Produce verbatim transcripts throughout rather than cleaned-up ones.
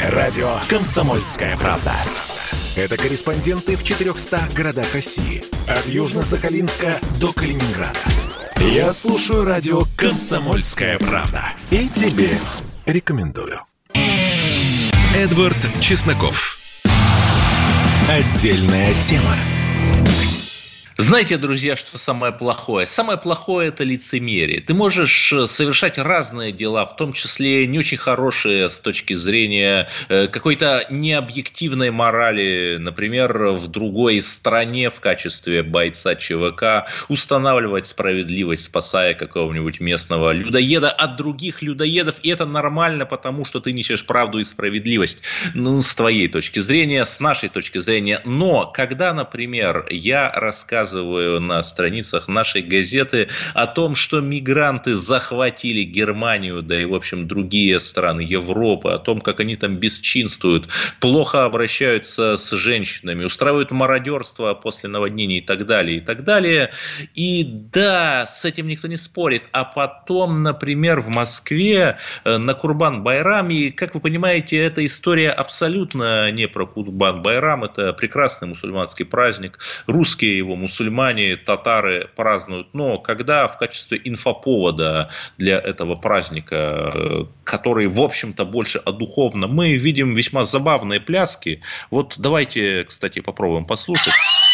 Радио «Комсомольская правда». Это корреспонденты в четырехстах городах России. От Южно-Сахалинска до Калининграда. Я слушаю радио «Комсомольская правда». И тебе рекомендую. Эдвард Чесноков. Отдельная тема. Знаете, друзья, что самое плохое? Самое плохое – это лицемерие. Ты можешь совершать разные дела, в том числе не очень хорошие с точки зрения какой-то необъективной морали. Например, в другой стране в качестве бойца ЧВК устанавливать справедливость, спасая какого-нибудь местного людоеда от других людоедов. И это нормально, потому что ты несешь правду и справедливость. Ну, с твоей точки зрения, с нашей точки зрения. Но когда, например, я рассказываю на страницах нашей газеты о том, что мигранты захватили Германию, да и, в общем, другие страны Европы, о том, как они там бесчинствуют, плохо обращаются с женщинами, устраивают мародерство после наводнений и так далее, и так далее. И да, с этим никто не спорит. А потом, например, в Москве на Курбан-Байрам, и, как вы понимаете, эта история абсолютно не про Курбан-Байрам, это прекрасный мусульманский праздник, русские его мусульмане, мусульмане, татары празднуют, но когда в качестве инфоповода для этого праздника, который, в общем-то, больше о духовном, мы видим весьма забавные пляски. Вот давайте, кстати, попробуем послушать.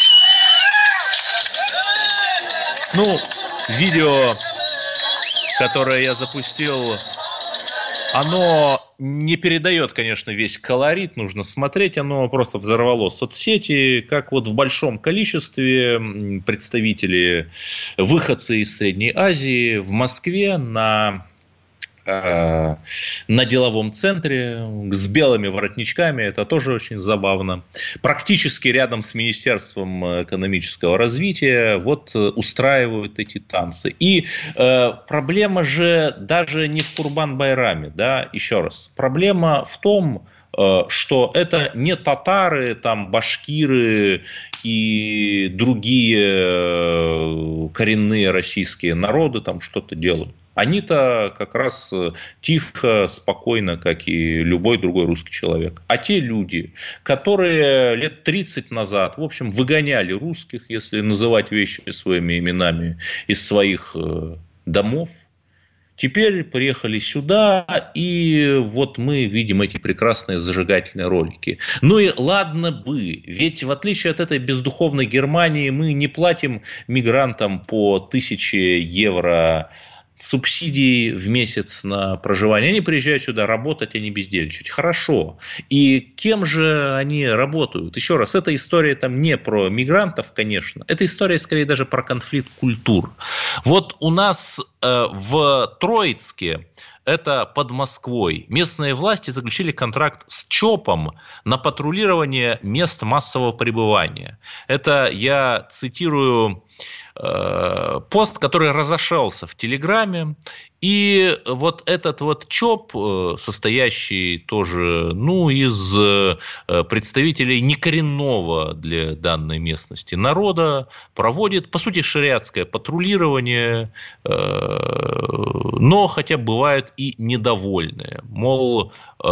Ну, видео, которое я запустил, оно не передает, конечно, весь колорит, нужно смотреть, оно просто взорвало соцсети, как вот в большом количестве представители, выходцы из Средней Азии в Москве на... на деловом центре с белыми воротничками, это тоже очень забавно. Практически рядом с Министерством экономического развития вот устраивают эти танцы. И э, проблема же даже не в Курбан-Байраме, да, еще раз. Проблема в том, э, что это не татары, там, башкиры и другие коренные российские народы там что-то делают. Они-то как раз тихо, спокойно, как и любой другой русский человек. А те люди, которые лет тридцать назад, в общем, выгоняли русских, если называть вещи своими именами, из своих домов, теперь приехали сюда, и вот мы видим эти прекрасные зажигательные ролики. Ну и ладно бы, ведь в отличие от этой бездуховной Германии мы не платим мигрантам по тысяче евро субсидии в месяц на проживание. Они приезжают сюда работать, а не бездельничать. Хорошо. И кем же они работают? Еще раз, эта история там не про мигрантов, конечно. Эта история скорее даже про конфликт культур. Вот у нас э, в Троицке, это под Москвой, местные власти заключили контракт с ЧОПом на патрулирование мест массового пребывания. Это я цитирую пост, который разошелся в Телеграме, и вот этот вот ЧОП, состоящий тоже, ну, из представителей некоренного для данной местности народа, проводит, по сути, шариатское патрулирование, но хотя бывают и недовольные, мол,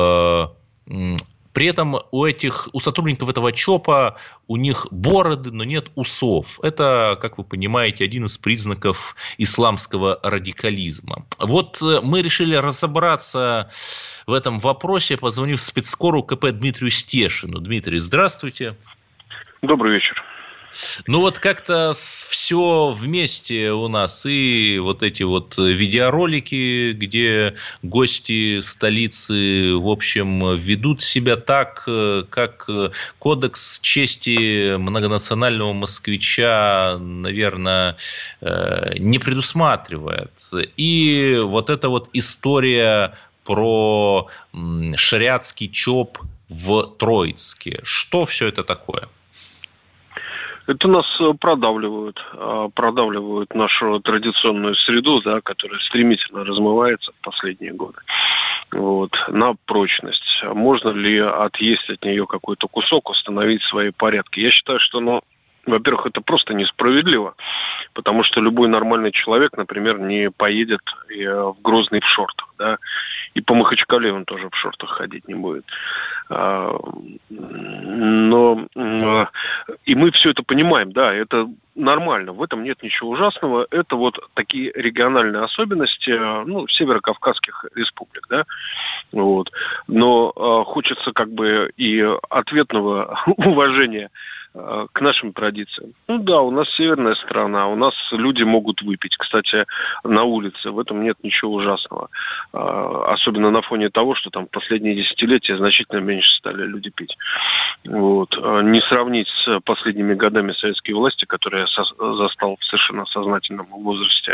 при этом у этих, у сотрудников этого ЧОПа у них бороды, но нет усов. Это, как вы понимаете, один из признаков исламского радикализма. Вот мы решили разобраться в этом вопросе, позвонив в спецскору КП Дмитрию Стешину. Дмитрий, здравствуйте. Добрый вечер. Ну вот как-то все вместе у нас, и вот эти вот видеоролики, где гости столицы, в общем, ведут себя так, как кодекс чести многонационального москвича, наверное, не предусматривает. И вот эта вот история про шариатский ЧОП в Троицке. Что все это такое? Это нас продавливают, продавливают нашу традиционную среду, да, которая стремительно размывается в последние годы, вот, на прочность. Можно ли отъесть от нее какой-то кусок, установить свои порядки? Я считаю, что, ну, во-первых, это просто несправедливо, потому что любой нормальный человек, например, не поедет в Грозный в шортах, да, и по Махачкале он тоже в шортах ходить не будет. Но и мы все это понимаем, да, это нормально, в этом нет ничего ужасного. Это вот такие региональные особенности, ну, северокавказских республик, да, вот. Но э, хочется как бы и ответного уважения э, к нашим традициям. Ну да, у нас северная страна, у нас люди могут выпить, кстати, на улице, в этом нет ничего ужасного. Э, особенно на фоне того, что там в последние десятилетия значительно меньше стали люди пить. Вот. Не сравнить с последними годами советской власти, которые я со- застал в совершенно сознательном возрасте.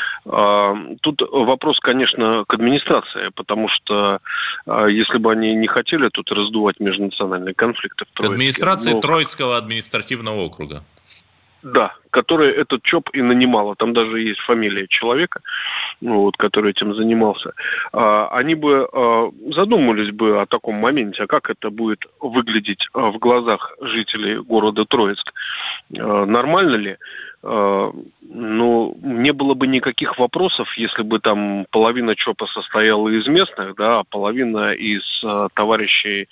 Тут вопрос, конечно, к администрации, потому что если бы они не хотели тут раздувать межнациональные конфликты в Троицке... К администрации но... Троицкого административного округа. Да, который этот ЧОП и нанимала. Там даже есть фамилия человека, вот, который этим занимался. А, они бы а, задумались бы о таком моменте, а как это будет выглядеть а, в глазах жителей города Троицк. А, нормально ли? А, ну, не было бы никаких вопросов, если бы там половина ЧОПа состояла из местных, да, а половина из а, товарищей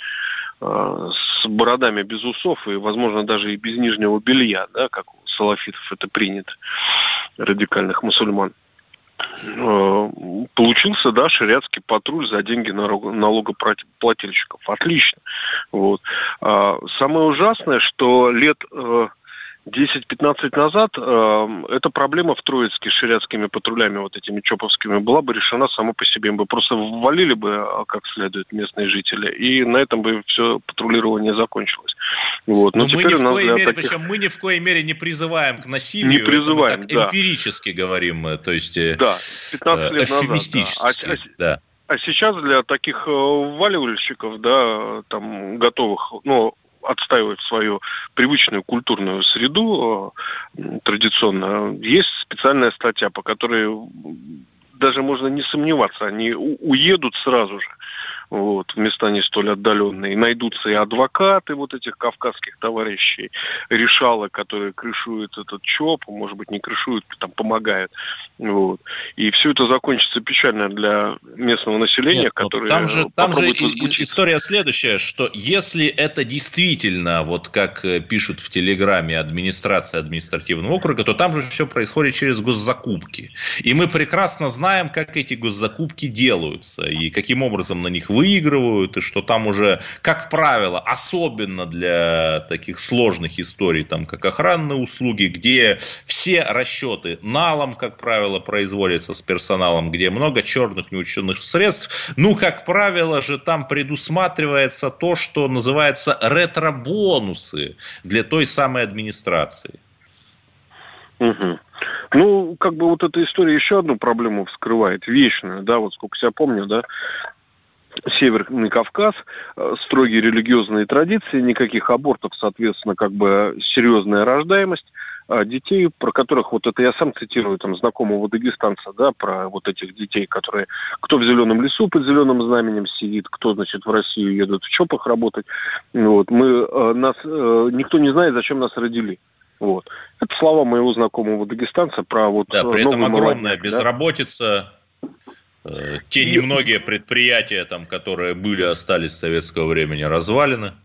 с бородами без усов и, возможно, даже и без нижнего белья, да, как у салафитов это принято, радикальных мусульман. Получился, да, шариатский патруль за деньги налогоплательщиков. Отлично. Вот. Самое ужасное, что лет десять-пятнадцать назад э, эта проблема в Троицке с шариатскими патрулями, вот этими чоповскими, была бы решена сама по себе. Мы просто ввалили бы как следует местные жители, и на этом бы все патрулирование закончилось. Вот. Но, Но мы ни в коей мере, таких... причем мы ни в коей мере не призываем к насилию, не призываем, мы так да. эмпирически говорим, то есть да, пятнадцать лет эвфемистически. Назад, да. А, да. а сейчас для таких вваливальщиков, да, там, готовых, ну, отстаивать свою привычную культурную среду э, традиционно, есть специальная статья, по которой даже можно не сомневаться, они у- уедут сразу же. Вот, в места не столь отдаленные. Найдутся и адвокаты вот этих кавказских товарищей, решалы, которые крышуют этот ЧОП, может быть, не крышуют, там помогают. Вот. И все это закончится печально для местного населения, Нет, которое там же, там же возмутиться. История следующая, что если это действительно, вот как пишут в Телеграме администрация административного округа, то там же все происходит через госзакупки. И мы прекрасно знаем, как эти госзакупки делаются, и каким образом на них выигрывают, и что там уже, как правило, особенно для таких сложных историй, там, как охранные услуги, где все расчеты налом, как правило, производятся с персоналом, где много черных неучтенных средств, ну, как правило же, там предусматривается то, что называется ретро-бонусы для той самой администрации. Угу. Ну, как бы вот эта история еще одну проблему вскрывает, вечную, да, вот сколько себя помню, да, Северный Кавказ, строгие религиозные традиции, никаких абортов, соответственно, как бы серьезная рождаемость детей, про которых, вот это я сам цитирую, там, знакомого дагестанца, да, про вот этих детей, которые, кто в зеленом лесу под зеленым знаменем сидит, кто, значит, в Россию едут в ЧОПах работать, вот, мы, нас, никто не знает, зачем нас родили. Вот. Это слова моего знакомого дагестанца про вот... Да, при этом огромная молодняк, безработица, да? Те немногие предприятия, там, которые были, остались с советского времени, развалины.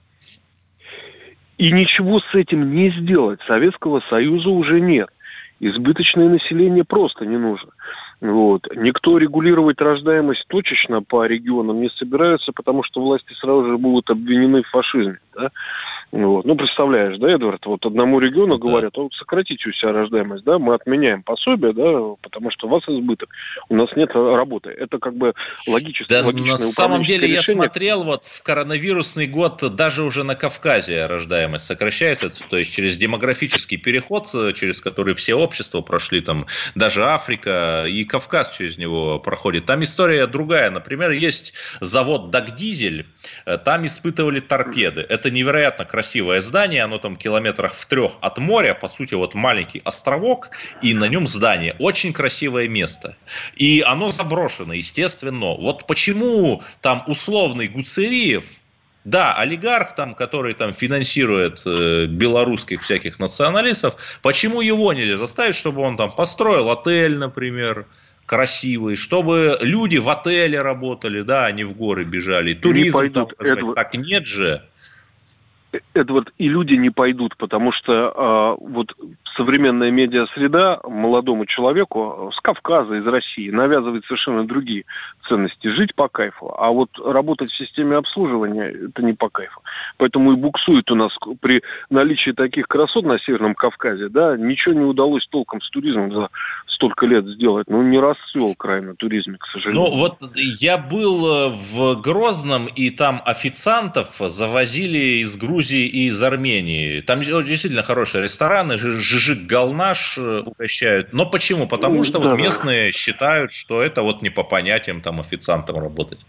И ничего с этим не сделать. Советского Союза уже нет. Избыточное население просто не нужно. Вот. Никто регулировать рождаемость точечно по регионам не собирается, потому что власти сразу же будут обвинены в фашизме. Да? Вот. Ну, представляешь, да, Эдвард, вот одному региону да. говорят, а вот сократите у себя рождаемость, да, мы отменяем пособие, да, потому что у вас избыток, у нас нет работы. Это как бы логическое, да, логичное на самом деле решение. Я смотрел, вот в коронавирусный год даже уже на Кавказе рождаемость сокращается, то есть через демографический переход, через который все общества прошли, там, даже Африка и Кавказ через него проходит. Там история другая. Например, есть завод Дагдизель, там испытывали торпеды. Это невероятно красивое здание, оно там километрах в трех от моря, по сути, вот маленький островок, и на нем здание. Очень красивое место. И оно заброшено, естественно. Вот почему там условный Гуцериев, да, олигарх, там, который там финансирует э, белорусских всяких националистов, почему его нельзя заставить, чтобы он там построил отель, например, красивый, чтобы люди в отеле работали, да, а не в горы бежали. Туризм не пойдут, там, Эдвард. Так нет же. Эдвард, и люди не пойдут, потому что а, вот современная медиасреда молодому человеку с Кавказа, из России навязывает совершенно другие ценности. Жить по кайфу, а вот работать в системе обслуживания – это не по кайфу. Поэтому и буксует у нас при наличии таких красот на Северном Кавказе, да, ничего не удалось толком с туризмом за столько лет сделать. Ну, не расцвел край на туризме, к сожалению. Ну, вот я был в Грозном, и там официантов завозили из Грузии и из Армении. Там действительно хорошие рестораны, жижик-галнаш угощают. Но почему? Потому что да. вот местные считают, что это вот не по понятиям там официантам работать.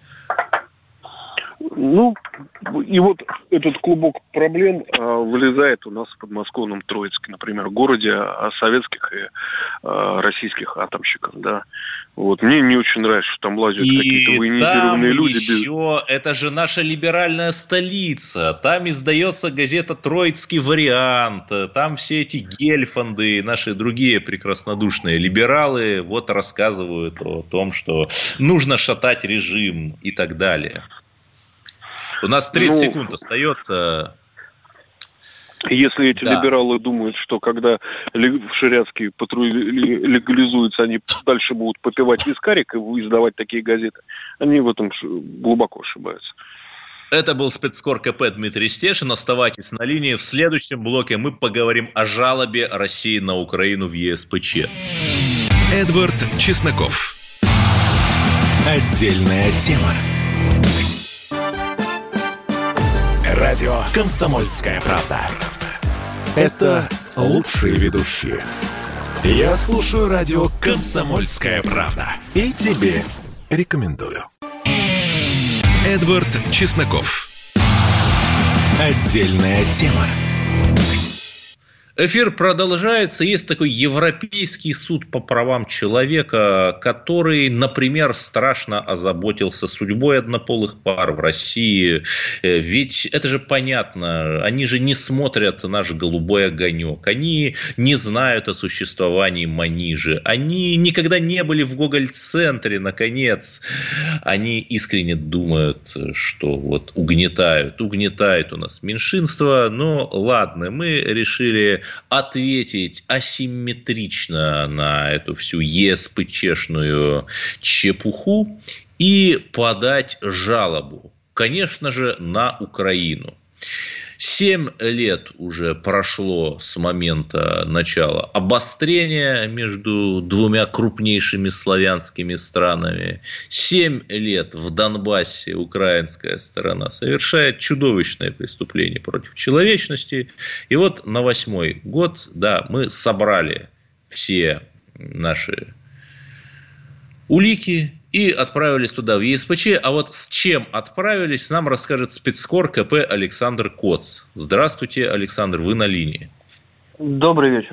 Ну, и вот этот клубок проблем а, вылезает у нас в подмосковном Троицке, например, городе а, советских и а, российских атомщиков, да. Вот. Мне не очень нравится, что там лазят и какие-то военизированные люди. Еще, без... это же наша либеральная столица. Там издается газета «Троицкий вариант». Там все эти гельфанды и наши другие прекраснодушные либералы вот рассказывают о том, что нужно шатать режим и так далее. У нас тридцать ну, секунд остается. Если эти да. либералы думают, что когда шариатские патрули легализуются, они дальше будут попивать вискарик и издавать такие газеты, они в этом глубоко ошибаются. Это был спецкор ка пэ Дмитрий Стешин. Оставайтесь на линии. В следующем блоке мы поговорим о жалобе России на Украину в е эс пэ че. Эдвард Чесноков. Отдельная тема. Радио «Комсомольская правда». Это лучшие ведущие. Я слушаю радио «Комсомольская правда». И тебе рекомендую. Эдвард Чесноков. Отдельная тема. Эфир продолжается. Есть такой Европейский суд по правам человека, который, например, страшно озаботился судьбой однополых пар в России. Ведь это же понятно. Они же не смотрят наш голубой огонек. Они не знают о существовании Манижи. Они никогда не были в Гоголь-центре, наконец. Они искренне думают, что вот угнетают. Угнетают у нас меньшинство. Но ладно, мы решили ответить асимметрично на эту всю е эс пэ че-шную чепуху и подать жалобу, конечно же, на Украину. Семь лет уже прошло с момента начала обострения между двумя крупнейшими славянскими странами. Семь лет в Донбассе украинская сторона совершает чудовищное преступление против человечности. И вот на восьмой год, да, мы собрали все наши улики и отправились туда, в е эс пэ че. А вот с чем отправились, нам расскажет спецкор ка пэ Александр Коц. Здравствуйте, Александр, вы на линии. Добрый вечер.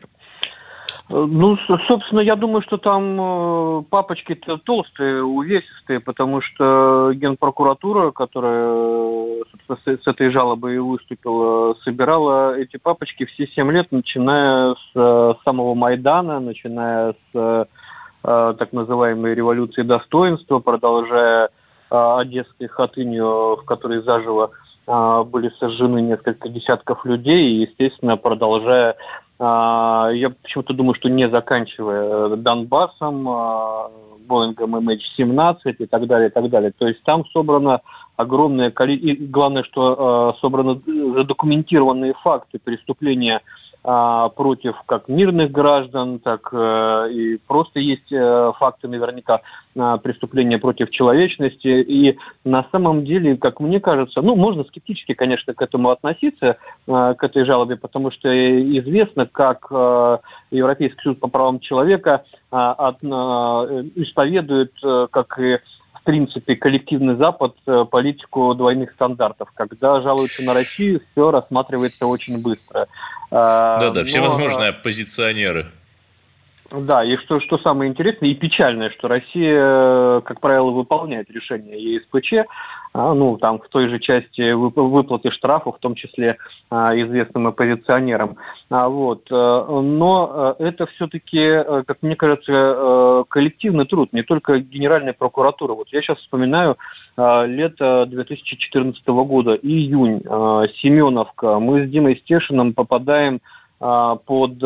Ну, собственно, я думаю, что там папочки-то толстые, увесистые, потому что Генпрокуратура, которая с этой жалобой выступила, собирала эти папочки все семь лет, начиная с самого Майдана, начиная с так называемой революции достоинства, продолжая одесской хатынью, в которой заживо были сожжены несколько десятков людей, и, естественно, продолжая, я почему-то думаю, что не заканчивая Донбассом, Боингом эм эйч семнадцать и так далее, и так далее. То есть там собрано огромное количество, и главное, что собраны задокументированные факты преступления против как мирных граждан, так э, и просто есть э, факты наверняка э, преступления против человечности. И на самом деле, как мне кажется, ну, можно скептически, конечно, к этому относиться, э, к этой жалобе, потому что известно, как э, Европейский суд по правам человека э, от, э, исповедует, э, как и в принципе коллективный Запад, э, политику двойных стандартов. Когда жалуются на Россию, все рассматривается очень быстро. Да-да, всевозможные оппозиционеры. Да, и что, что самое интересное и печальное, что Россия, как правило, выполняет решение е эс пэ че, ну, там, в той же части выплаты штрафов, в том числе известным оппозиционерам. Вот. Но это все-таки, как мне кажется, коллективный труд, не только Генеральной прокуратуры. Вот я сейчас вспоминаю лето две тысячи четырнадцатого года, июнь, Семеновка. Мы с Димой Стешиным попадаем под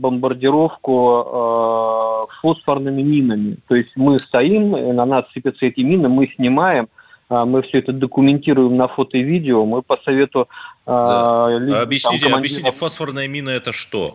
бомбардировку фосфорными минами. То есть мы стоим, на нас сыпятся эти мины, мы снимаем, мы все это документируем на фото и видео. Мы по совету... Да. Людям, объясните, там, объясните, фосфорная мина это что?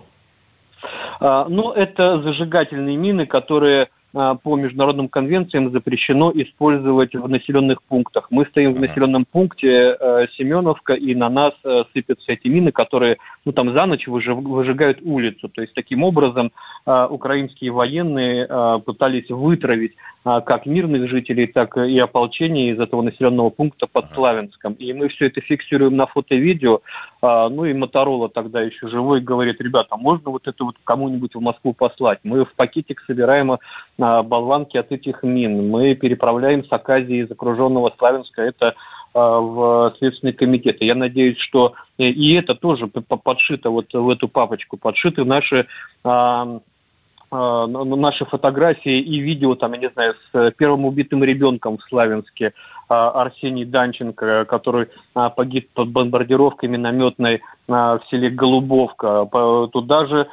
Ну, это зажигательные мины, которые... по международным конвенциям запрещено использовать в населенных пунктах. Мы стоим в населенном пункте э, Семеновка, и на нас э, сыпятся эти мины, которые ну, там за ночь выжиг, выжигают улицу. То есть таким образом э, украинские военные э, пытались вытравить э, как мирных жителей, так и ополчение из этого населенного пункта под Славянском. И мы все это фиксируем на фото и видео. Э, ну и Моторола тогда еще живой говорит: ребята, можно вот это вот кому-нибудь в Москву послать? Мы в пакетик собираем болванки от этих мин. Мы переправляем с Аказии из окруженного Славянска это э, в Следственный комитет. И я надеюсь, что и это тоже подшито вот в эту папочку, подшиты наши, э, э, наши фотографии и видео, там, я не знаю, с первым убитым ребенком в Славянске, Арсений Данченко, который погиб под бомбардировкой минометной в селе Голубовка. Туда же,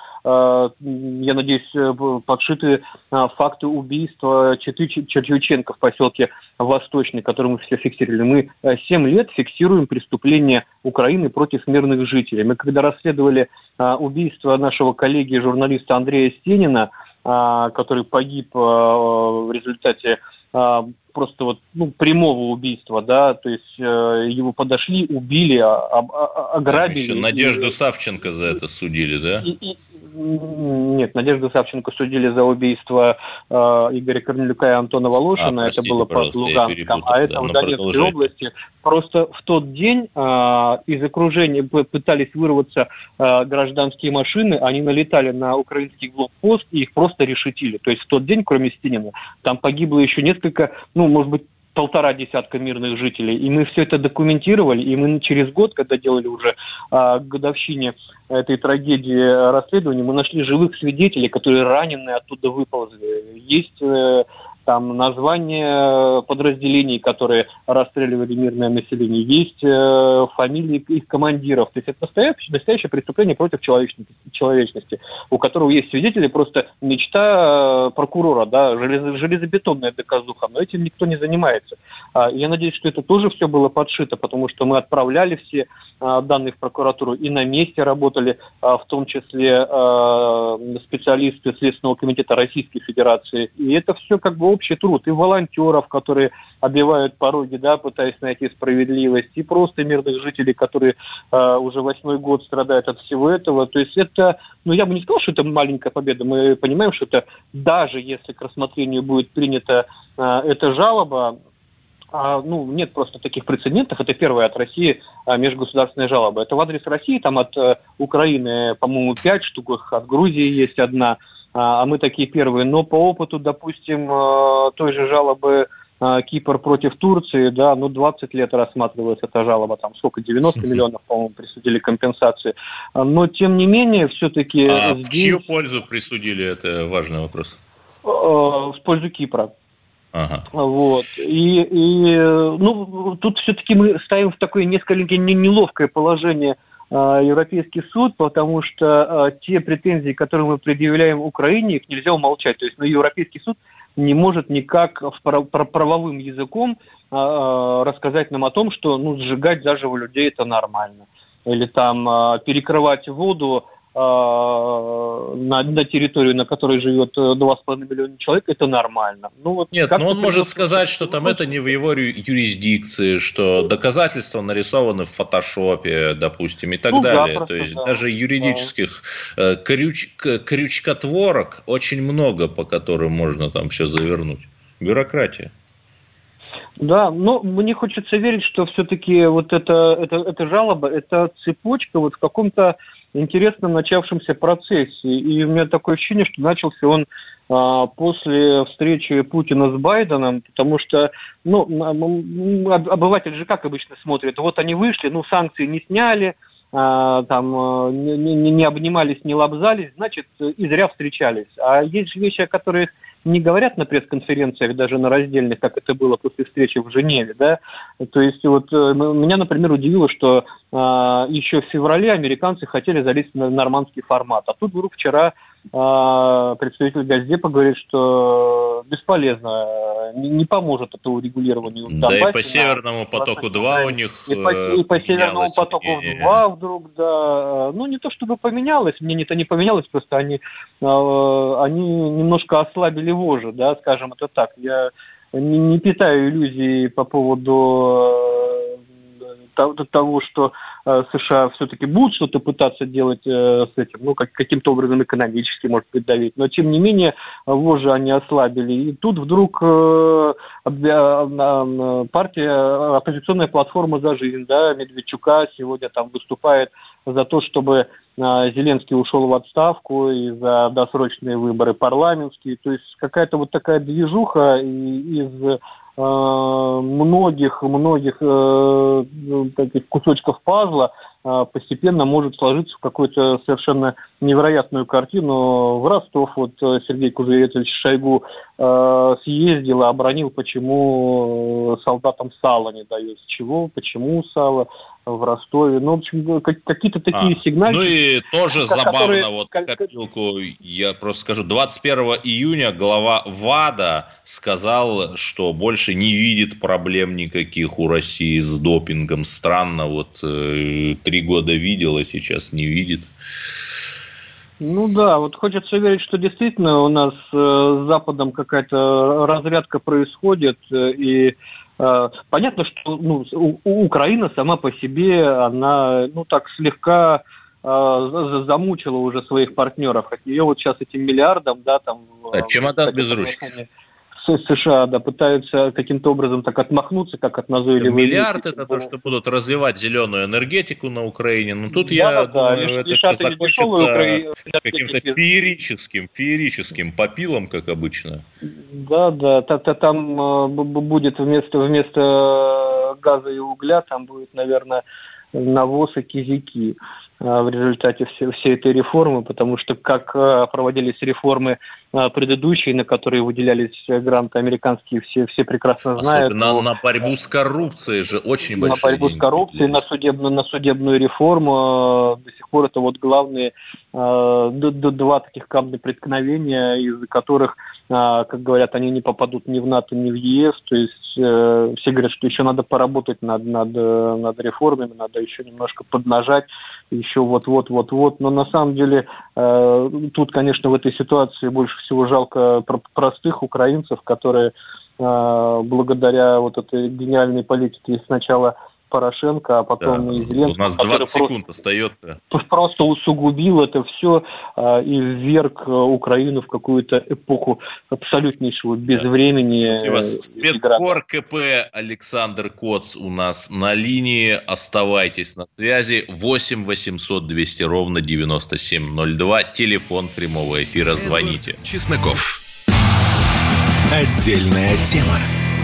я надеюсь, подшиты факты убийства Читы Черчевченко в поселке Восточный, который мы все фиксировали. Мы семь лет фиксируем преступления Украины против мирных жителей. Мы когда расследовали убийство нашего коллеги, журналиста Андрея Стенина, который погиб в результате просто вот ну, прямого убийства, да, то есть э, его подошли, убили, а, а, ограбили. Еще Надежду и, Савченко за это судили, да? И, и, нет, Надежду Савченко судили за убийство э, Игоря Корнелюка и Антона Волошина, а, это было под Луганском, а это да, в Донецкой области. Просто в тот день э, из окружения пытались вырваться э, гражданские машины, они налетали на украинский блокпост и их просто решетили. То есть в тот день, кроме Стенина, там погибло еще несколько, ну, может быть, полтора десятка мирных жителей. И мы все это документировали, и мы через год, когда делали уже а, к годовщине этой трагедии расследования, мы нашли живых свидетелей, которые раненые оттуда выползли. Есть э, там названия подразделений, которые расстреливали мирное население, есть э, фамилии их командиров. То есть это настоящее, настоящее преступление против человечности, человечности, у которого есть свидетели, просто мечта э, прокурора, да, железо, железобетонная доказуха, но этим никто не занимается. А, я надеюсь, что это тоже все было подшито, потому что мы отправляли все а, данные в прокуратуру и на месте работали, а, в том числе а, специалисты Следственного комитета Российской Федерации. И это все как бы общий труд и волонтеров, которые обивают пороги, да, пытаясь найти справедливость, и просто мирных жителей, которые э, уже восьмой год страдают от всего этого. То есть это, ну я бы не сказал, что это маленькая победа. Мы понимаем, что это даже если к рассмотрению будет принята э, эта жалоба, э, ну нет просто таких прецедентов. Это первая от России э, межгосударственная жалоба. Это в адрес России, там от э, Украины, по-моему, пять штук, от Грузии есть одна. А мы такие первые. Но по опыту, допустим, той же жалобы Кипр против Турции, да, ну двадцать лет рассматривалась эта жалоба, там сколько, девяносто миллионов, по-моему, присудили компенсации. Но, тем не менее, все-таки... А здесь... в чью пользу присудили, это важный вопрос? В пользу Кипра. Ага. Вот. И, и ну, тут все-таки мы ставим в такое несколько неловкое положение Европейский суд, потому что э, те претензии, которые мы предъявляем Украине, их нельзя умолчать. То есть ну, Европейский суд не может никак в прав- правовым языком э, рассказать нам о том, что ну, сжигать заживо людей это нормально. Или там э, перекрывать воду э, на, на территорию, на которой живет два с половиной миллиона человек, это нормально. Ну, вот Нет, но он может сказать, что там это не в его юрисдикции, что доказательства нарисованы в фотошопе, допустим, и так ну, далее. Запросто, То есть да. даже юридических да. крюч, крючкотворок очень много, по которым можно там все завернуть. Бюрократия. Да, но мне хочется верить, что все-таки вот эта, эта, эта жалоба, это цепочка вот в каком-то интересном начавшемся процессе. И у меня такое ощущение, что начался он после встречи Путина с Байденом, потому что, ну, обыватель же как обычно смотрит, вот они вышли, ну, санкции не сняли, там не, не, не обнимались, не лобзались, значит, и зря встречались. А есть же вещи, о которых не говорят на пресс-конференциях, даже на раздельных, как это было после встречи в Женеве, да. То есть вот меня, например, удивило, что а, еще в феврале американцы хотели залезть на нормандский формат, а тут вдруг вчера а, представитель Госдепа говорит, что бесполезно, не, не поможет это урегулированию. Да и по Северному потоку-два у них и по, и по Северному потоку-два вдруг, да, ну не то чтобы поменялось, мне это не поменялось, просто они, они немножко ослабили вожжи, да, скажем это так. Я не, не питаю иллюзий по поводу того, что США все-таки будут что-то пытаться делать с этим, ну, как, каким-то образом экономически, может быть, давить, но, тем не менее, вожжи они ослабили. И тут вдруг партия, оппозиционная платформа «За жизнь», да, Медведчука сегодня там выступает за то, чтобы Зеленский ушел в отставку и за досрочные выборы парламентские. То есть какая-то вот такая движуха из многих-многих э, таких кусочков пазла э, постепенно может сложиться в какую-то совершенно невероятную картину. В Ростов вот Сергей Кузуретович Шойгу э, съездил, обронил, почему солдатам сало не дают. С чего, почему сало в Ростове. Ну, в общем, какие-то такие а, сигналы. Ну и тоже забавно, которые, вот в копилку, я просто скажу, двадцать первого июня глава ВАДА сказал, что больше не видит проблем никаких у России с допингом. Странно, вот э, три года видел, а сейчас не видит. Ну да, вот хочется верить, что действительно у нас э, с Западом какая-то разрядка происходит, э, и понятно, что ну, у, Украина сама по себе, она ну так слегка э, замучила уже своих партнеров. Ее вот сейчас этим миллиардом, да, там... А чемодан без ручки. США, да, пытаются каким-то образом так отмахнуться, как от назойливой... Миллиард – это то, что будут развивать зеленую энергетику на Украине. Но тут, да, я да, думаю, да. это все закончится Укра... каким-то феерическим, феерическим попилом, как обычно. Да, да, там будет вместо, вместо газа и угля, там будет, наверное, навоз и кизяки в результате всей, всей этой реформы, потому что как проводились реформы предыдущие, на которые выделялись гранты американские, все, все прекрасно знают. Особенно на, на борьбу с коррупцией же очень большие На борьбу деньги. С коррупцией, на судебную, на судебную реформу. До сих пор это вот главные два таких камня преткновения, из-за которых, как говорят, они не попадут ни в НАТО, ни в ЕС. То есть все говорят, что еще надо поработать над, над, над реформами, надо еще немножко поднажать, еще вот-вот-вот-вот. Но на самом деле тут, конечно, в этой ситуации больше всего жалко простых украинцев, которые благодаря вот этой гениальной политике сначала Порошенко, а потом да, и Зеленский. У нас двадцать секунд остается. Просто усугубил это все а, и вверг Украину в какую-то эпоху абсолютнейшего безвремени. Спасибо. Спецкор КП Александр Коц у нас на линии. Оставайтесь на связи. восемь восемьсот двести ровно девяносто семь ноль два. Телефон прямого эфира. Звоните. Эдвард Чесноков. Отдельная тема.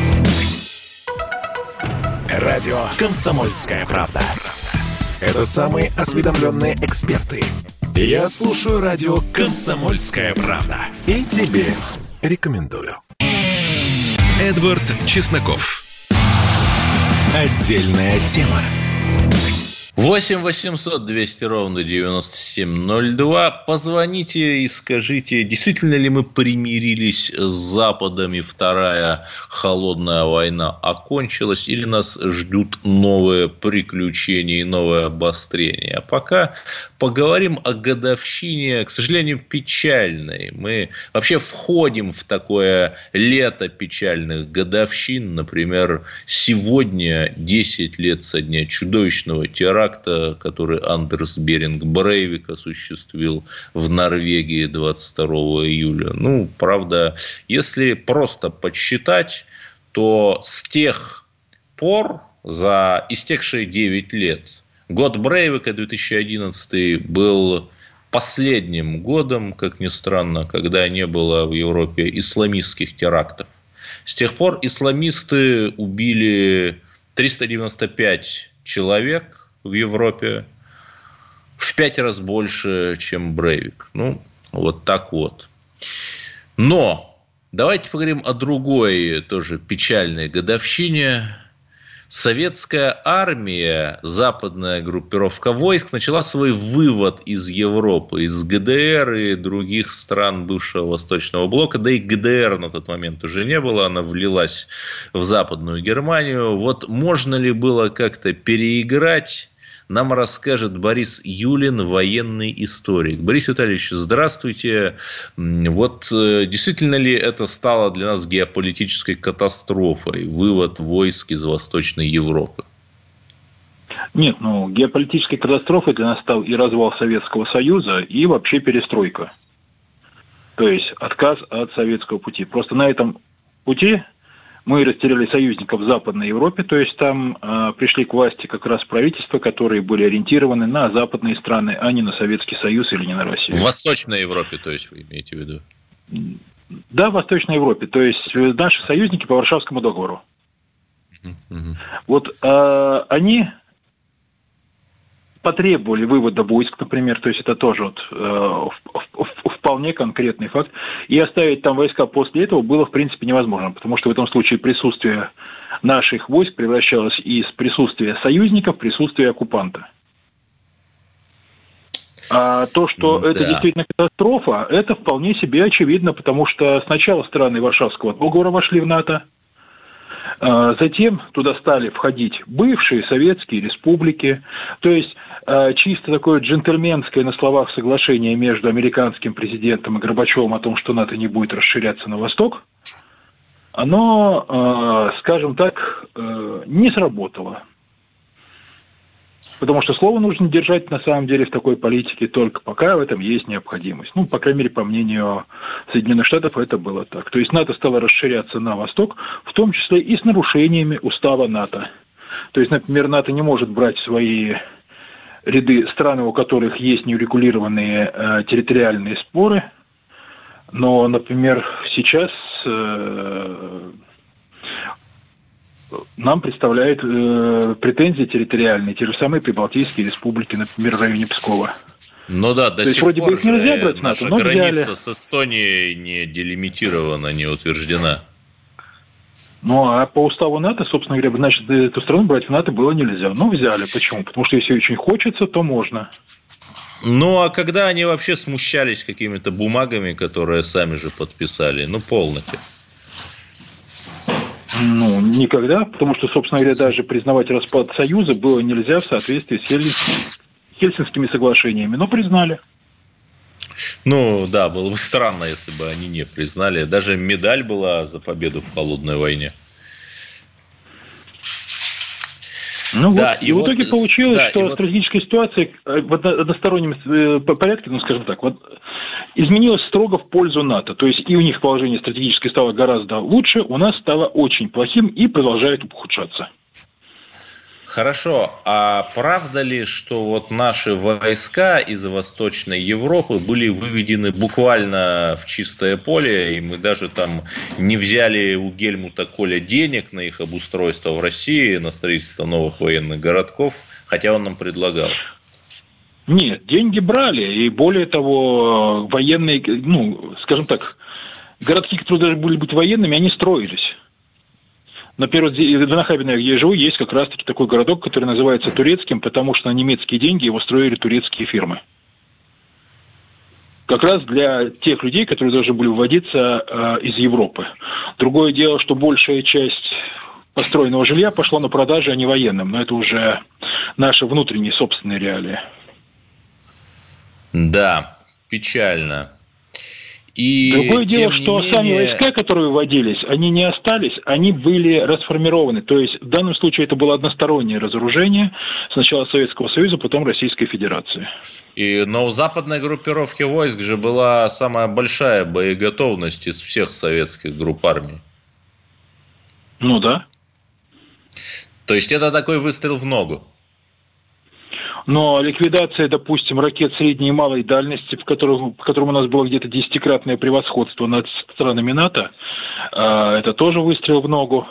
Радио «Комсомольская правда». Это самые осведомленные эксперты. Я слушаю радио «Комсомольская правда». И тебе рекомендую. Эдвард Чесноков. Отдельная тема. восемь восемьсот двести ровно девяносто семь ноль два. Позвоните и скажите, действительно ли мы примирились с Западом и вторая холодная война окончилась, или нас ждут новые приключения и новое обострение. А пока поговорим о годовщине, к сожалению, печальной. Мы вообще входим в такое лето печальных годовщин. Например, сегодня десять лет со дня чудовищного теракта, который Андерс Беринг Брейвик осуществил в Норвегии двадцать второго июля. Ну, правда, если просто подсчитать, то с тех пор, за истекшие девять лет, год Брейвика две тысячи одиннадцатый был последним годом, как ни странно, когда не было в Европе исламистских терактов. С тех пор исламисты убили триста девяносто пять человек в Европе, в пять раз больше, чем Брейвик. Ну, вот так вот. Но давайте поговорим о другой тоже печальной годовщине. Советская армия, западная группировка войск, начала свой вывод из Европы, из ГДР и других стран бывшего Восточного блока. Да и ГДР на тот момент уже не было, она влилась в Западную Германию. Вот можно ли было как-то переиграть? Нам расскажет Борис Юлин, военный историк. Борис Витальевич, здравствуйте. Вот действительно ли это стало для нас геополитической катастрофой, вывод войск из Восточной Европы? Нет, ну, геополитической катастрофой для нас стал и развал Советского Союза, и вообще перестройка. То есть отказ от советского пути. Просто на этом пути мы растеряли союзников в Западной Европе, то есть там э, пришли к власти как раз правительства, которые были ориентированы на западные страны, а не на Советский Союз или не на Россию. В Восточной Европе, то есть вы имеете в виду? Да, в Восточной Европе, то есть наши союзники по Варшавскому договору. Uh-huh. Вот э, они потребовали вывода войск, например, то есть это тоже вот, э, вполне конкретный факт, и оставить там войска после этого было в принципе невозможно, потому что в этом случае присутствие наших войск превращалось из присутствия союзников в присутствие оккупанта. А то, что да. это действительно катастрофа, это вполне себе очевидно, потому что сначала страны Варшавского договора вошли в НАТО, затем туда стали входить бывшие советские республики, то есть чисто такое джентльменское на словах соглашение между американским президентом и Горбачевым о том, что НАТО не будет расширяться на восток, оно, скажем так, не сработало. Потому что слово нужно держать, на самом деле, в такой политике только пока в этом есть необходимость. Ну, по крайней мере, по мнению Соединенных Штатов, это было так. То есть НАТО стало расширяться на восток, в том числе и с нарушениями устава НАТО. То есть, например, НАТО не может брать в свои ряды страны, у которых есть неурегулированные э, территориальные споры. Но, например, сейчас... Э, нам представляют э, претензии территориальные, те же самые прибалтийские республики, например, в районе Пскова. Ну да, до То сих пор их нельзя брать в наша НАТО, но граница взяли. с Эстонией не делимитирована, не утверждена. Ну, а по уставу НАТО, собственно говоря, значит, эту страну брать в НАТО было нельзя. Ну, взяли. Почему? Потому что если очень хочется, то можно. Ну, а когда они вообще смущались какими-то бумагами, которые сами же подписали? Ну, полностью. Ну, никогда, потому что, собственно говоря, даже признавать распад Союза было нельзя в соответствии с Хельсинскими соглашениями, но признали. Ну, да, было бы странно, если бы они не признали. Даже медаль была за победу в холодной войне. Ну да, вот, и, и в вот, итоге получилось, да, что стратегическая вот... ситуация в одностороннем порядке, ну, скажем так, вот, изменилась строго в пользу НАТО. То есть и у них положение стратегическое стало гораздо лучше, у нас стало очень плохим и продолжает ухудшаться. Хорошо, а правда ли, что вот наши войска из Восточной Европы были выведены буквально в чистое поле, и мы даже там не взяли у Гельмута Коля денег на их обустройство в России, на строительство новых военных городков, хотя он нам предлагал? Нет, деньги брали, и более того, военные, ну, скажем так, городки, которые должны были быть военными, они строились. Например, в Нахабино, где я живу, есть как раз-таки такой городок, который называется Турецким, потому что на немецкие деньги его строили турецкие фирмы. Как раз для тех людей, которые должны были выводиться э, из Европы. Другое дело, что большая часть построенного жилья пошла на продажи, а не военным. Но это уже наши внутренние собственные реалии. Да, печально. И другое дело, что менее... сами войска, которые вводились, они не остались, они были расформированы. То есть в данном случае это было одностороннее разоружение сначала Советского Союза, потом Российской Федерации. И, но у западной группировки войск же была самая большая боеготовность из всех советских групп армий. Ну да. То есть это такой выстрел в ногу. Но ликвидация, допустим, ракет средней и малой дальности, в котором, в котором у нас было где-то десятикратное превосходство над странами НАТО, это тоже выстрел в ногу.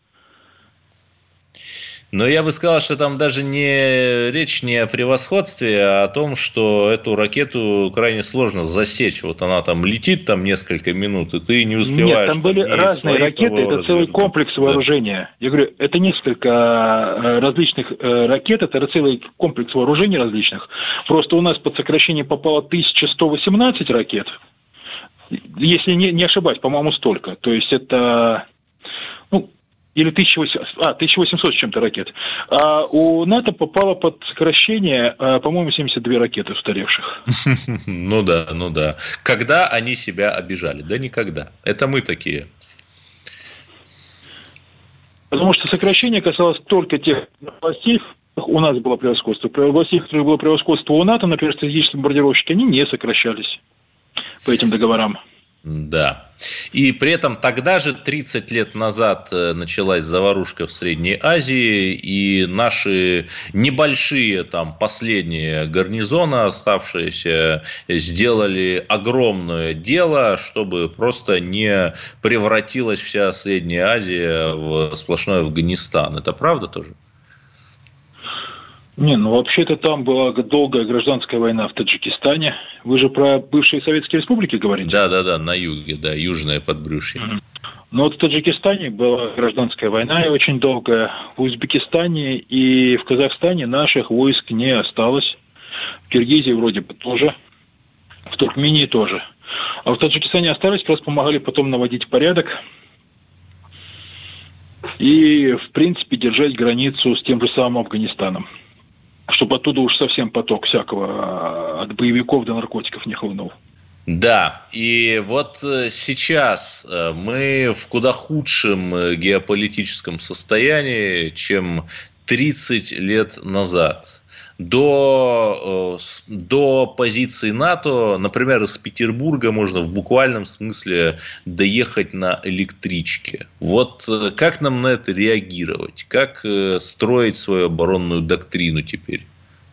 Но я бы сказал, что там даже не речь не о превосходстве, а о том, что эту ракету крайне сложно засечь. Вот она там летит там несколько минут, и ты не успеваешь. Нет, там были там разные ракеты, это целый комплекс вооружения. Да. Я говорю, это несколько различных ракет, это целый комплекс вооружений различных. Просто у нас под сокращение попало тысяча сто восемнадцать ракет. Если не, не ошибаюсь, по-моему, столько. То есть это... Ну, или тысяча восемьсот, а, тысяча восемьсот с чем-то ракет. А у НАТО попало под сокращение, по-моему, семьдесят две ракеты устаревших. Ну да, ну да. Когда они себя обижали? Да никогда. Это мы такие. Потому что сокращение касалось только тех областей, у нас было превосходство. В областях, в которых было превосходство у НАТО, например, стратегические бомбардировщики, они не сокращались по этим договорам. Да. И при этом тогда же, тридцать лет назад, началась заварушка в Средней Азии, и наши небольшие, там, последние гарнизоны, оставшиеся, сделали огромное дело, чтобы просто не превратилась вся Средняя Азия в сплошной Афганистан. Это правда тоже? Не, ну вообще-то там была долгая гражданская война в Таджикистане. Вы же про бывшие советские республики говорите? Да, да, да, на юге, да, южное подбрюшье. Mm-hmm. Ну вот в Таджикистане была гражданская война и очень долгая. В Узбекистане и в Казахстане наших войск не осталось. В Киргизии вроде бы тоже. В Туркмении тоже. А в Таджикистане остались, просто помогали потом наводить порядок. И, в принципе, держать границу с тем же самым Афганистаном. Чтобы оттуда уж совсем поток всякого от боевиков до наркотиков не хлынул. Да, и вот сейчас мы в куда худшем геополитическом состоянии, чем тридцать лет назад. До, до позиции НАТО, например, из Петербурга можно в буквальном смысле доехать на электричке. Вот как нам на это реагировать? Как строить свою оборонную доктрину теперь?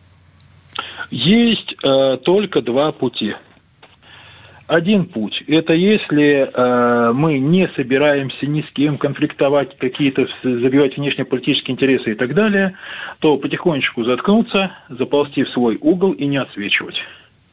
Есть э, только два пути. Один путь – это если э, мы не собираемся ни с кем конфликтовать, какие-то забивать внешнеполитические интересы и так далее, то потихонечку заткнуться, заползти в свой угол и не отсвечивать.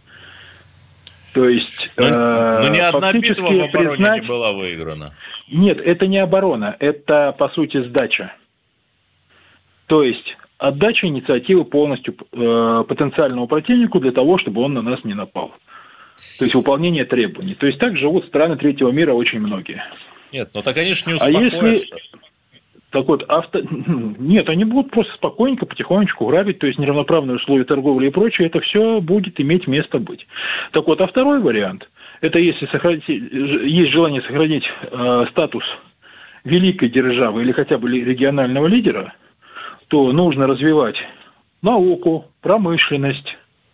То есть, но, э, но ни одна битва в обороне признать... не была выиграна. Нет, это не оборона, это, по сути, сдача. То есть, отдача инициативы полностью э, потенциальному противнику для того, чтобы он на нас не напал. То есть выполнение требований. То есть так живут страны третьего мира очень многие. Нет, ну так они же не успокоятся. А если... Так вот, авто... Нет, они будут просто спокойненько, потихонечку грабить, то есть неравноправные условия торговли и прочее, это все будет иметь место быть. Так вот, а второй вариант, это если сохранить... есть желание сохранить э, статус великой державы или хотя бы регионального лидера, то нужно развивать науку, промышленность,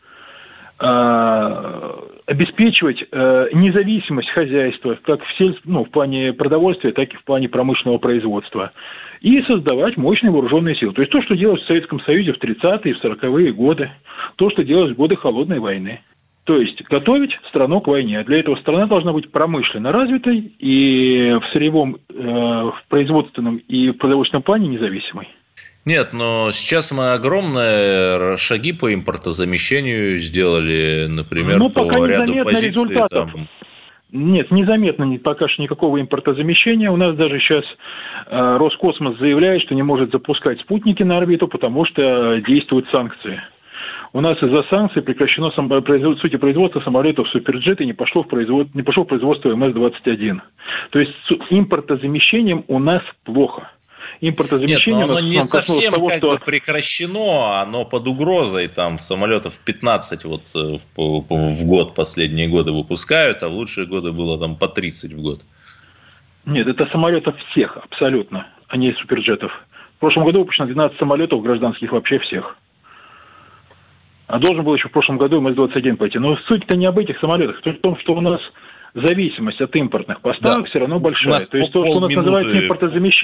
обеспечивать э, независимость хозяйства, как в, сель... ну, в плане продовольствия, так и в плане промышленного производства, и создавать мощные вооруженные силы. То есть то, что делалось в Советском Союзе в тридцатые, в сороковые годы, то, что делалось в годы Холодной войны. То есть готовить страну к войне. А для этого страна должна быть промышленно развитой и в сырьевом, э, в производственном и в продовольственном плане независимой. Нет, но сейчас мы огромные шаги по импортозамещению сделали, например, ну, по пока ряду позиций. Результатов. Там... Нет, незаметно пока что никакого импортозамещения. У нас даже сейчас э, Роскосмос заявляет, что не может запускать спутники на орбиту, потому что действуют санкции. У нас из-за санкций прекращено сам, производ, сути производства самолетов Суперджет и не пошло в производ, не пошло в производство эм эс двадцать один. То есть с импортозамещением у нас плохо. Импортозамещение. Нет, но оно не совсем того, как что... бы прекращено, оно под угрозой, там самолетов пятнадцать вот в, в год последние годы выпускают, а в лучшие годы было там по тридцать в год. Нет, это самолетов всех абсолютно, а не суперджетов. В прошлом году выпущено двенадцать самолетов гражданских вообще всех. А должен был еще в прошлом году эм эс двадцать один пойти. Но суть-то не об этих самолетах, суть в том, что у нас зависимость от импортных поставок да. все равно большая. То есть то, что у нас называется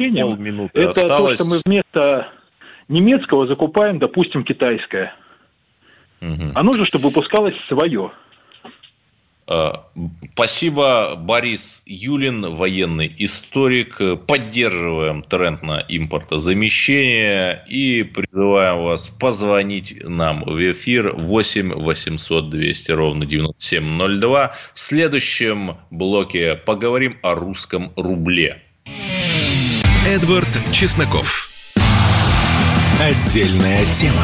импортозамещением, это осталось... то, что мы вместо немецкого закупаем, допустим, китайское. Угу. А нужно, чтобы выпускалось свое. Спасибо, Борис Юлин, военный историк. Поддерживаем тренд на импортозамещение и призываем вас позвонить нам в эфир восемь восемьсот двести ровно девяносто семь ноль два. В следующем блоке поговорим о русском рубле. Эдвард Чесноков. Отдельная тема.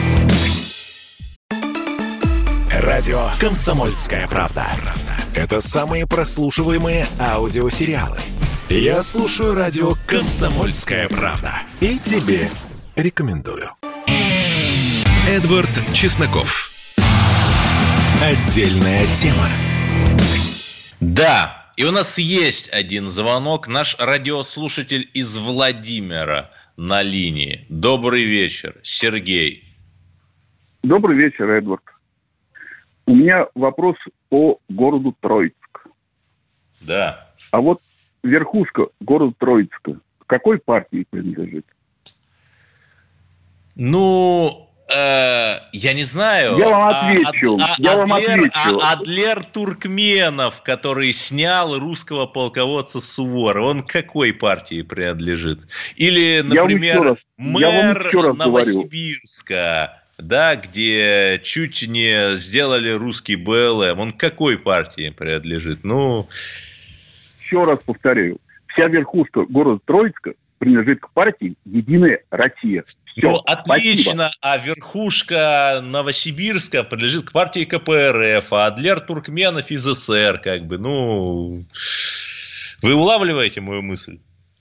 Радио «Комсомольская правда». Это самые прослушиваемые аудиосериалы. Я слушаю радио «Комсомольская правда». И тебе рекомендую. Эдвард Чесноков. Отдельная тема. Да, и у нас есть один звонок. Наш радиослушатель из Владимира на линии. Добрый вечер, Сергей. Добрый вечер, Эдвард. У меня вопрос по городу Троицк. Да. А вот верхушка города Троицка к какой партии принадлежит? Ну, э, я не знаю. Я вам отвечу. А, а, я Адлер, вам отвечу. А, Адлер Туркменов, который снял русского полководца Суворова, он к какой партии принадлежит? Или, например, раз, мэр Новосибирска, да, где чуть не сделали русский БЛМ, он к какой партии принадлежит? Ну, еще раз повторяю. Вся верхушка города Троицка принадлежит к партии «Единая Россия». Все, ну, отлично. Спасибо. А верхушка Новосибирска принадлежит к партии ка пэ эр эф, а Адлер Туркменов из эс эс эс эр, как бы, ну... Вы улавливаете мою мысль?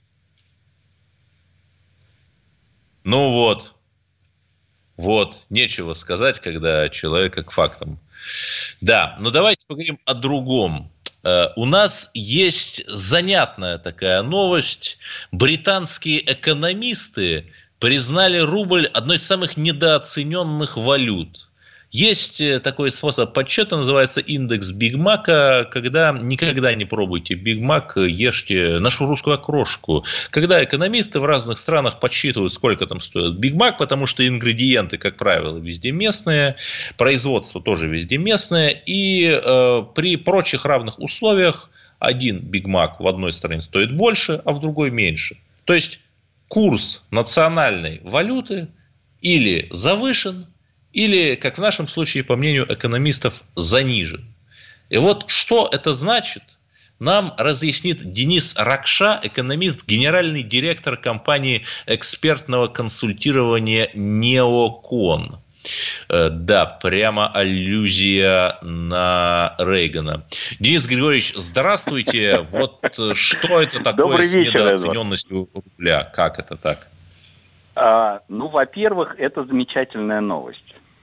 Ну вот. Вот, нечего сказать, когда человека к фактам. Да, но давайте поговорим о другом. У нас есть занятная такая новость. Британские экономисты признали рубль одной из самых недооцененных валют. Есть такой способ подсчета, называется индекс Биг Мака, когда никогда не пробуйте Биг Мак, ешьте нашу русскую окрошку. Когда экономисты в разных странах подсчитывают, сколько там стоит Биг Мак, потому что ингредиенты, как правило, везде местные, производство тоже везде местное, и э, при прочих равных условиях один Биг Мак в одной стране стоит больше, а в другой меньше. То есть курс национальной валюты или завышен, или, как в нашем случае, по мнению экономистов, занижен. И вот что это значит, нам разъяснит Денис Ракша, экономист, генеральный директор компании экспертного консультирования «Неокон». Да, прямо аллюзия на Рейгана. Денис Григорьевич, здравствуйте. Вот что это такое Добрый с вечер, недооцененностью рубля? Как это так? А, ну, во-первых, это замечательная новость.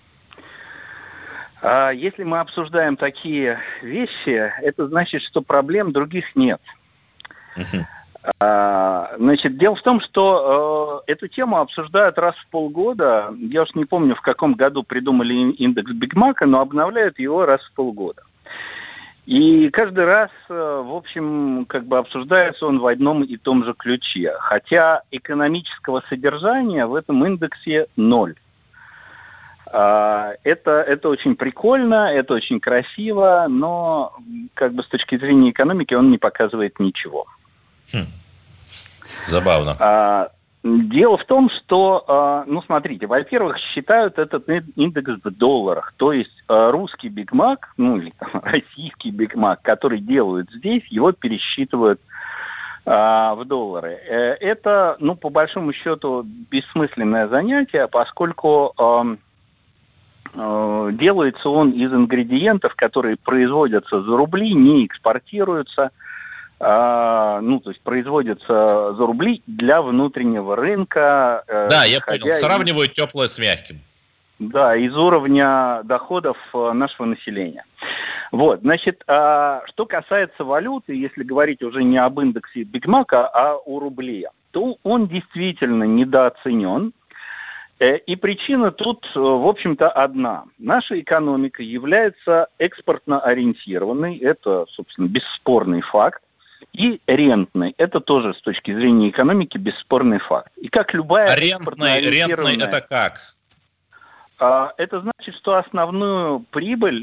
А, если мы обсуждаем такие вещи, это значит, что проблем других нет. Uh-huh. А, значит, дело в том, что э, эту тему обсуждают раз в полгода. Я уж не помню, в каком году придумали индекс Биг Мака, но обновляют его раз в полгода. И каждый раз, в общем, как бы обсуждается он в одном и том же ключе. Хотя экономического содержания в этом индексе ноль. Это, это очень прикольно, это очень красиво, но как бы с точки зрения экономики он не показывает ничего. Хм. Забавно. Дело в том, что, ну, смотрите, во-первых, считают этот индекс в долларах. То есть русский Биг Мак, ну, или там, российский Биг Мак, который делают здесь, его пересчитывают а, в доллары. Это, ну, по большому счету, бессмысленное занятие, поскольку а, а, делается он из ингредиентов, которые производятся за рубли, не экспортируются. А, ну, то есть производятся за рубли для внутреннего рынка. Да, я понял. Сравнивают из... теплое с мягким. Да, из уровня доходов нашего населения. Вот, значит, а, что касается валюты, если говорить уже не об индексе Биг Мака, а о рубле, то он действительно недооценен. И причина тут, в общем-то, одна. Наша экономика является экспортно ориентированной, это, собственно, бесспорный факт. И рентный. Это тоже с точки зрения экономики бесспорный факт. И как любая а рентный, рентный это как? Это значит, что основную прибыль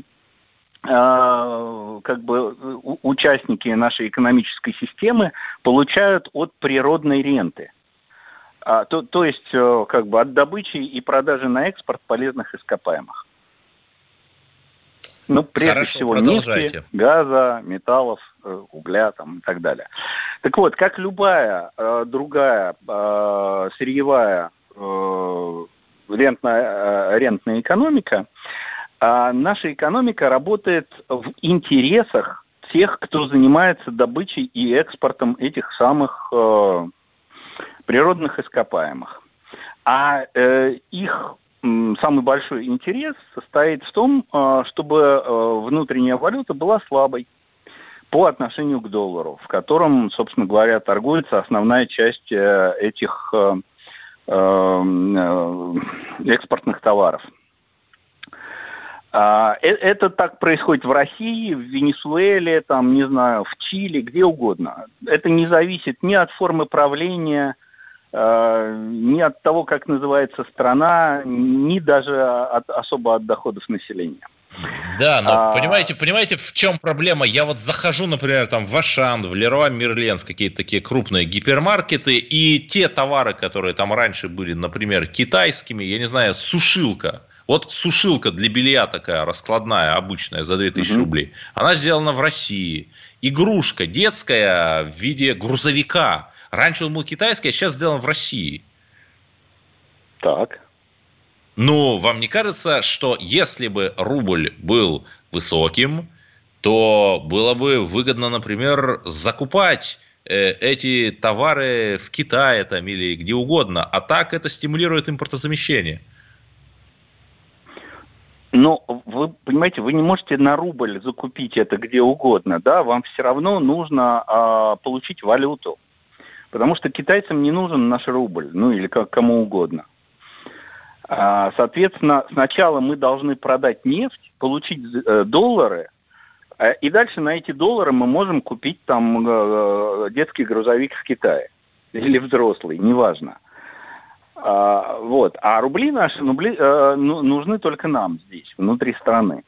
как бы участники нашей экономической системы получают от природной ренты. То, то есть как бы от добычи и продажи на экспорт полезных ископаемых. Ну, прежде Хорошо, всего, нефти, газа, металлов, угля там, и так далее. Так вот, как любая э, другая э, сырьевая э, рентная, э, рентная экономика, э, наша экономика работает в интересах тех, кто занимается добычей и экспортом этих самых э, природных ископаемых. А э, их самый большой интерес состоит в том, чтобы внутренняя валюта была слабой по отношению к доллару, в котором, собственно говоря, торгуется основная часть этих экспортных товаров. Это так происходит в России, в Венесуэле, там, не знаю, в Чили, где угодно. Это не зависит ни от формы правления, ни от того, как называется страна, ни даже от, особо от доходов населения. Да, но а... понимаете, понимаете, в чем проблема? Я вот захожу, например, там в Ашан, в Леруа Мерлен, в какие-то такие крупные гипермаркеты, и те товары, которые там раньше были, например, китайскими, я не знаю, сушилка. Вот сушилка для белья такая раскладная, обычная, за две тысячи угу. рублей. Она сделана в России. Игрушка детская в виде грузовика. Раньше он был китайский, а сейчас сделан в России. Так. Ну, вам не кажется, что если бы рубль был высоким, то было бы выгодно, например, закупать э, эти товары в Китае там, или где угодно, а так это стимулирует импортозамещение? Но вы понимаете, вы не можете на рубль закупить это где угодно, да? Вам все равно нужно э, получить валюту. Потому что китайцам не нужен наш рубль, ну или как, кому угодно. А, соответственно, сначала мы должны продать нефть, получить э, доллары, э, и дальше на эти доллары мы можем купить там э, детский грузовик в Китае. Или взрослый, неважно. А, вот. А рубли наши рубли, э, нужны только нам здесь, внутри страны.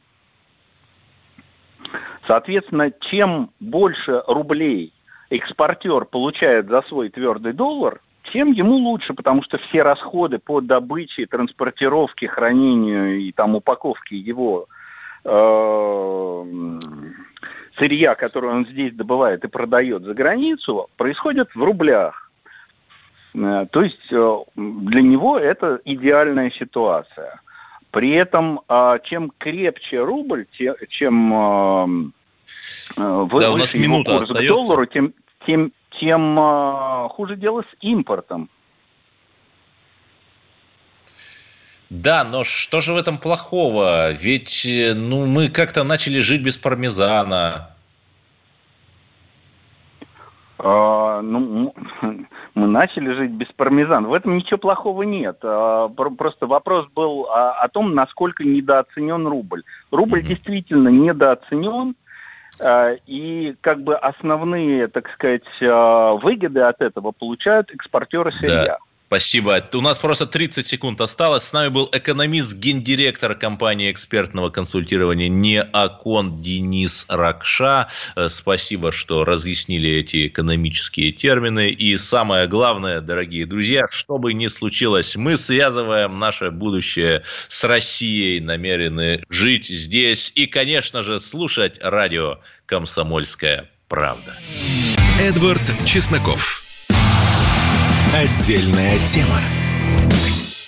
Соответственно, чем больше рублей экспортер получает за свой твердый доллар, тем ему лучше, потому что все расходы по добыче, транспортировке, хранению и там упаковке его э, сырья, которое он здесь добывает и продает за границу, происходят в рублях. Э, то есть э, для него это идеальная ситуация. При этом, э, чем крепче рубль, те, чем э, Вы, да, у нас минута курс к доллару, тем, тем, тем а, хуже дело с импортом. Да, но что же в этом плохого? Ведь ну, мы как-то начали жить без пармезана. А, ну, мы начали жить без пармезана. В этом ничего плохого нет. А, просто вопрос был о, о том, насколько недооценен рубль. Рубль mm-hmm. действительно недооценен. И как бы основные, так сказать, выгоды от этого получают экспортеры сырья. Да. Спасибо. У нас просто тридцать секунд осталось. С нами был экономист, гендиректор компании экспертного консультирования «Неокон» Денис Ракша. Спасибо, что разъяснили эти экономические термины. И самое главное, дорогие друзья, что бы ни случилось, мы связываем наше будущее с Россией, намерены жить здесь и, конечно же, слушать радио «Комсомольская правда». Эдвард Чесноков. Отдельная тема.